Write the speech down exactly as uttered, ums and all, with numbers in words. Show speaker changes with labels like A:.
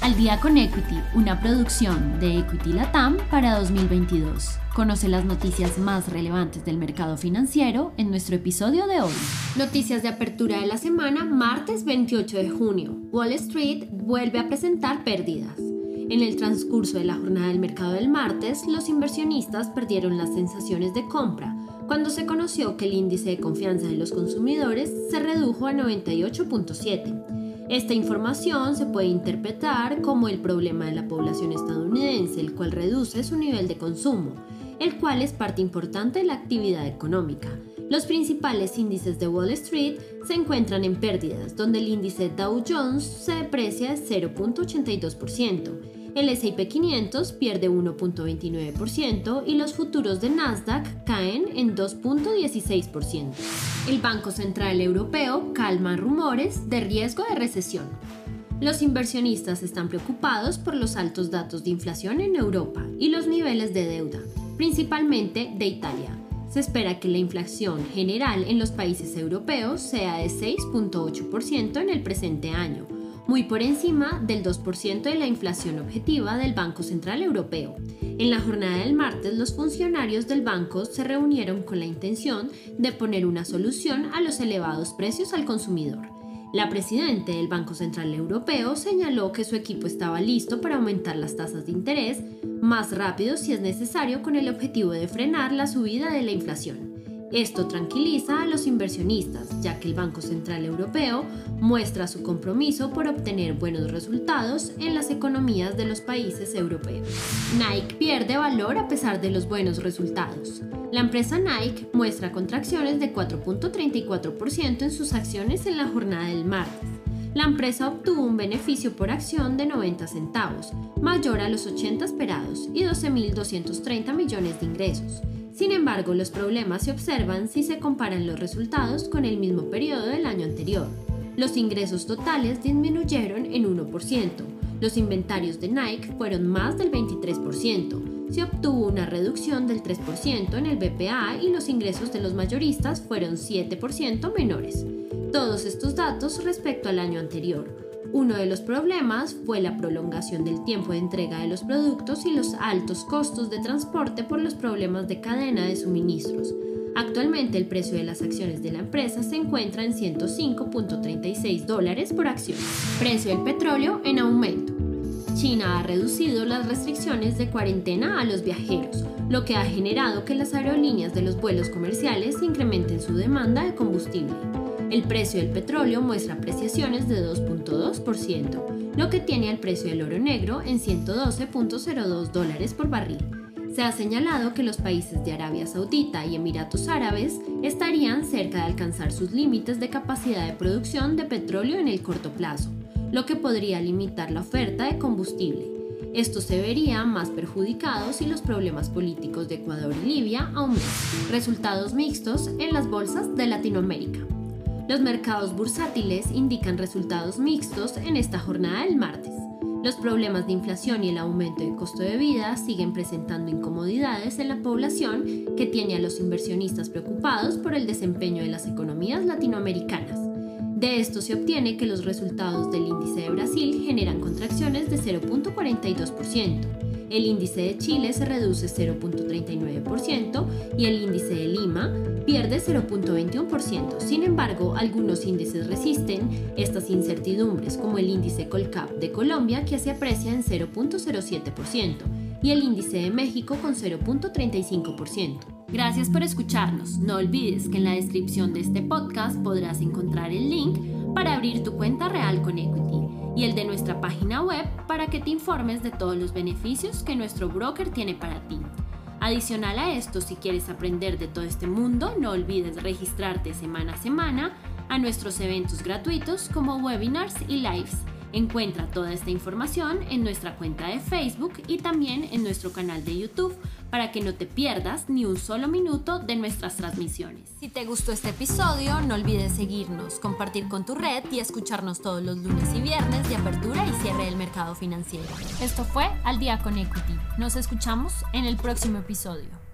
A: Al día con Equity, una producción de Equity Latam para dos mil veintidós. Conoce las noticias más relevantes del mercado financiero en nuestro episodio de hoy.
B: Noticias de apertura de la semana, martes veintiocho de junio. Wall Street vuelve a presentar pérdidas. En el transcurso de la jornada del mercado del martes, los inversionistas perdieron las sensaciones de compra cuando se conoció que el índice de confianza de los consumidores se redujo a noventa y ocho punto siete. Esta información se puede interpretar como el problema de la población estadounidense, el cual reduce su nivel de consumo, el cual es parte importante de la actividad económica. Los principales índices de Wall Street se encuentran en pérdidas, donde el índice Dow Jones se deprecia cero punto ochenta y dos por ciento, el ese y pe quinientos pierde uno punto veintinueve por ciento y los futuros de Nasdaq caen en dos punto dieciséis por ciento. El Banco Central Europeo calma rumores de riesgo de recesión. Los inversionistas están preocupados por los altos datos de inflación en Europa y los niveles de deuda, principalmente de Italia. Se espera que la inflación general en los países europeos sea de seis punto ocho por ciento en el presente año, muy por encima del dos por ciento de la inflación objetiva del Banco Central Europeo. En la jornada del martes, los funcionarios del banco se reunieron con la intención de poner una solución a los elevados precios al consumidor. La presidenta del Banco Central Europeo señaló que su equipo estaba listo para aumentar las tasas de interés más rápido si es necesario con el objetivo de frenar la subida de la inflación. Esto tranquiliza a los inversionistas, ya que el Banco Central Europeo muestra su compromiso por obtener buenos resultados en las economías de los países europeos. Nike pierde valor a pesar de los buenos resultados. La empresa Nike muestra contracciones de cuatro punto treinta y cuatro por ciento en sus acciones en la jornada del martes. La empresa obtuvo un beneficio por acción de noventa centavos, mayor a los ochenta esperados, y doce mil doscientos treinta millones de ingresos. Sin embargo, los problemas se observan si se comparan los resultados con el mismo periodo del año anterior. Los ingresos totales disminuyeron en uno por ciento, los inventarios de Nike fueron más del veintitrés por ciento, se obtuvo una reducción del tres por ciento en el be pe a y los ingresos de los mayoristas fueron siete por ciento menores. Todos estos datos respecto al año anterior. Uno de los problemas fue la prolongación del tiempo de entrega de los productos y los altos costos de transporte por los problemas de cadena de suministros. Actualmente el precio de las acciones de la empresa se encuentra en ciento cinco punto treinta y seis dólares por acción. Precio del petróleo en aumento. China ha reducido las restricciones de cuarentena a los viajeros, lo que ha generado que las aerolíneas de los vuelos comerciales incrementen su demanda de combustible. El precio del petróleo muestra apreciaciones de dos punto dos por ciento, lo que tiene al precio del oro negro en ciento doce punto cero dos dólares por barril. Se ha señalado que los países de Arabia Saudita y Emiratos Árabes estarían cerca de alcanzar sus límites de capacidad de producción de petróleo en el corto plazo, lo que podría limitar la oferta de combustible. Esto se vería más perjudicado si los problemas políticos de Ecuador y Libia aumentan. Resultados mixtos en las bolsas de Latinoamérica. Los mercados bursátiles indican resultados mixtos en esta jornada del martes. Los problemas de inflación y el aumento del costo de vida siguen presentando incomodidades en la población, que tiene a los inversionistas preocupados por el desempeño de las economías latinoamericanas. De esto se obtiene que los resultados del índice de Brasil generan contracciones de cero punto cuarenta y dos por ciento. El índice de Chile se reduce cero punto treinta y nueve por ciento y el índice de Lima pierde cero punto veintiuno por ciento. Sin embargo, algunos índices resisten estas incertidumbres, como el índice Colcap de Colombia, que se aprecia en cero punto cero siete por ciento, y el índice de México con cero punto treinta y cinco por ciento.
A: Gracias por escucharnos. No olvides que en la descripción de este podcast podrás encontrar el link para abrir tu cuenta real con Equity y el de nuestra página web para que te informes de todos los beneficios que nuestro broker tiene para ti. Adicional a esto, si quieres aprender de todo este mundo, no olvides registrarte semana a semana a nuestros eventos gratuitos como webinars y lives. Encuentra toda esta información en nuestra cuenta de Facebook y también en nuestro canal de YouTube para que no te pierdas ni un solo minuto de nuestras transmisiones.
B: Si te gustó este episodio, no olvides seguirnos, compartir con tu red y escucharnos todos los lunes y viernes de apertura y cierre del mercado financiero.
A: Esto fue Al Día con Equity. Nos escuchamos en el próximo episodio.